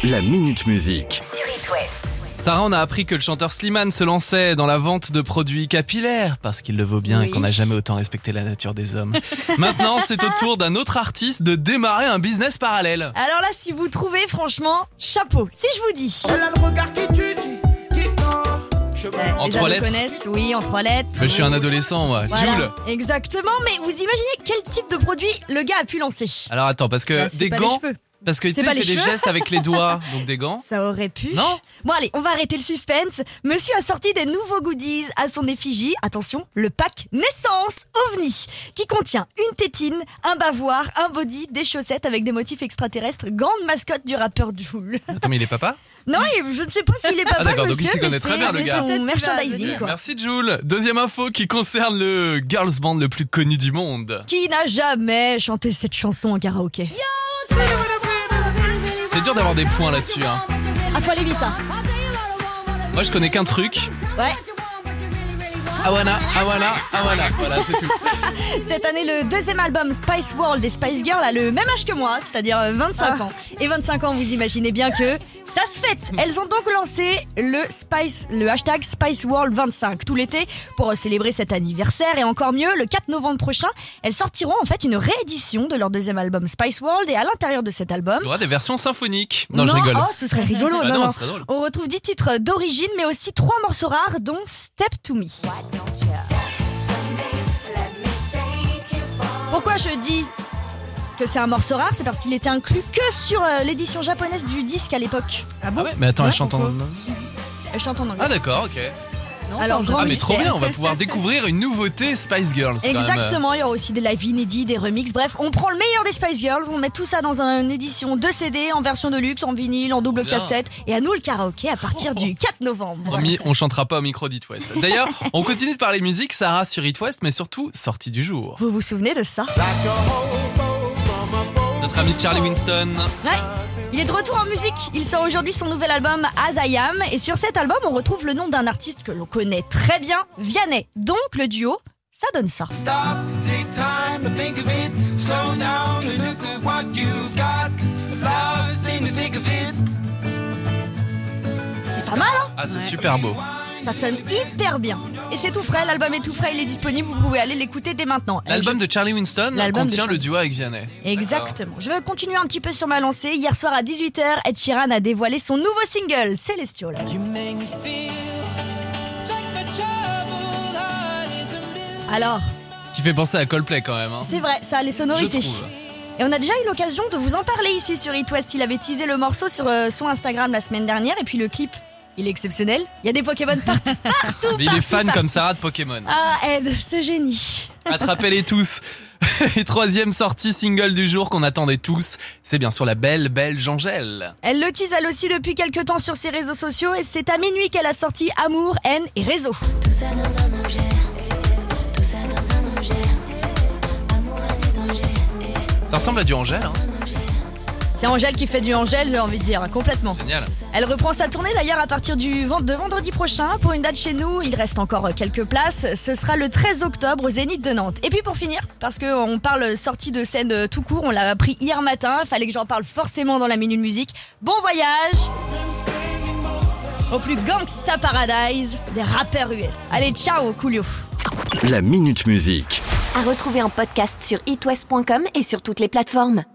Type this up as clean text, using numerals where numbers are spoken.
La Minute Musique. Sur It West. Sarah, on a appris que le chanteur Slimane se lançait dans la vente de produits capillaires parce qu'il le vaut bien et qu'on n'a jamais autant respecté la nature des hommes. Maintenant, c'est au tour d'un autre artiste de démarrer un business parallèle. Alors là, si vous trouvez, franchement, chapeau. Si je vous dis... Elle a le regard qui tue, qui tord. En les 3 ados lettres. connaissent, oui, en 3 lettres. Mais je suis un adolescent, moi. Voilà, Jul. exactement, mais vous imaginez quel type de produit le gars a pu lancer? Alors attends, parce que C'est des pas gants... les cheveux. Parce que tu C'est sais, pas il fait les des cheveux. gestes avec les doigts, donc des gants. Ça aurait pu. Non. Bon allez, on va arrêter le suspense. Monsieur a sorti des nouveaux goodies à son effigie. Attention, le pack Naissance OVNI, qui contient une tétine, un bavoir, un body, des chaussettes avec des motifs extraterrestres, grande mascotte du rappeur Jul. Attends, mais il est papa? Non, je ne sais pas s'il est papa, d'accord, le donc il monsieur, s'y connaît mais très bien, le c'est gars. son merchandising, quoi. Merci Jul. Deuxième info qui concerne le girls band le plus connu du monde. Qui n'a jamais chanté cette chanson en karaoké? C'est dur d'avoir des points là-dessus, hein. Ah, faut aller vite, hein. Moi, je connais qu'un truc. Ouais. Awana. Voilà, c'est tout. Cette année, le deuxième album Spice World des Spice Girls a le même âge que moi, c'est-à-dire 25 ans. Et 25 ans, vous imaginez bien que ça se fête. Elles ont donc lancé le hashtag Spice World 25 tout l'été pour célébrer cet anniversaire. Et encore mieux, le 4 novembre prochain, elles sortiront en fait une réédition de leur deuxième album Spice World. Et à l'intérieur de cet album... Il y aura des versions symphoniques. Non, je rigole. Oh, ce serait rigolo. Ah non, non, ce serait drôle. On retrouve 10 titres d'origine, mais aussi 3 morceaux rares, dont Step to Me. Pourquoi je dis que c'est un morceau rare? C'est parce qu'il était inclus que sur l'édition japonaise du disque à l'époque. Ah ouais, mais attends, elle chante en... Elle chante en anglais. Ah d'accord, ok. Alors, grand mais mystère. trop bien, on va pouvoir découvrir une nouveauté Spice Girls. Quand même. Exactement, il y aura aussi des live inédits, des remixes. Bref, on prend le meilleur des Spice Girls, on met tout ça dans une édition 2 CD, en version de luxe, en vinyle, en double Bien. cassette. Et à nous le karaoké à partir du 4 novembre. Promis, on chantera pas au micro d'It West. D'ailleurs, on continue de parler musique, Sarah sur It West, mais surtout sortie du jour. Vous vous souvenez de ça? Notre ami Charlie Winston. Ouais. Il est de retour en musique, il sort aujourd'hui son nouvel album As I Am, et sur cet album on retrouve le nom d'un artiste que l'on connaît très bien, Vianney. Donc le duo, ça donne ça. Stop, take time to think of it. Slow down and look at what you've got. Last thing to think of it. C'est pas mal, hein? Ah, c'est super beau. Ça sonne hyper bien. Et c'est tout frais, l'album est tout frais, il est disponible, vous pouvez aller l'écouter dès maintenant. L'album de Charlie Winston L'album de contient Charlie. le duo avec Vianney. Exactement. Je vais continuer un petit peu sur ma lancée. Hier soir à 18h, Ed Sheeran a dévoilé son nouveau single, Celestial. Alors, Qui fait penser à Coldplay quand même. Hein. c'est vrai, ça a les sonorités. Je trouve. Et on a déjà eu l'occasion de vous en parler ici sur It West. Il avait teasé le morceau sur son Instagram la semaine dernière. Et puis le clip, il est exceptionnel. Il y a des Pokémon partout. Mais il est fan comme Sarah de Pokémon. Ah, Ed, ce génie. Attrapez-les tous. Et troisième sortie single du jour qu'on attendait tous, c'est bien sûr la belle belge Angèle. Elle le tease elle aussi depuis quelques temps sur ses réseaux sociaux. Et c'est à minuit qu'elle a sorti Amour, haine et réseau. Tout ça dans un objet, tout ça dans un objet, amour, haine et danger, Ça ressemble à du Angèle, hein. C'est Angèle qui fait du Angèle, j'ai envie de dire, complètement. Génial. Elle reprend sa tournée d'ailleurs à partir de vendredi prochain pour une date chez nous. Il reste encore quelques places. Ce sera le 13 octobre au Zénith de Nantes. Et puis pour finir, parce qu'on parle sortie de scène tout court, on l'a appris hier matin, il fallait que j'en parle forcément dans la Minute Musique. Bon voyage au plus gangsta paradise des rappeurs US. Allez, ciao, Coolio. La Minute Musique. À retrouver en podcast sur itwest.com et sur toutes les plateformes.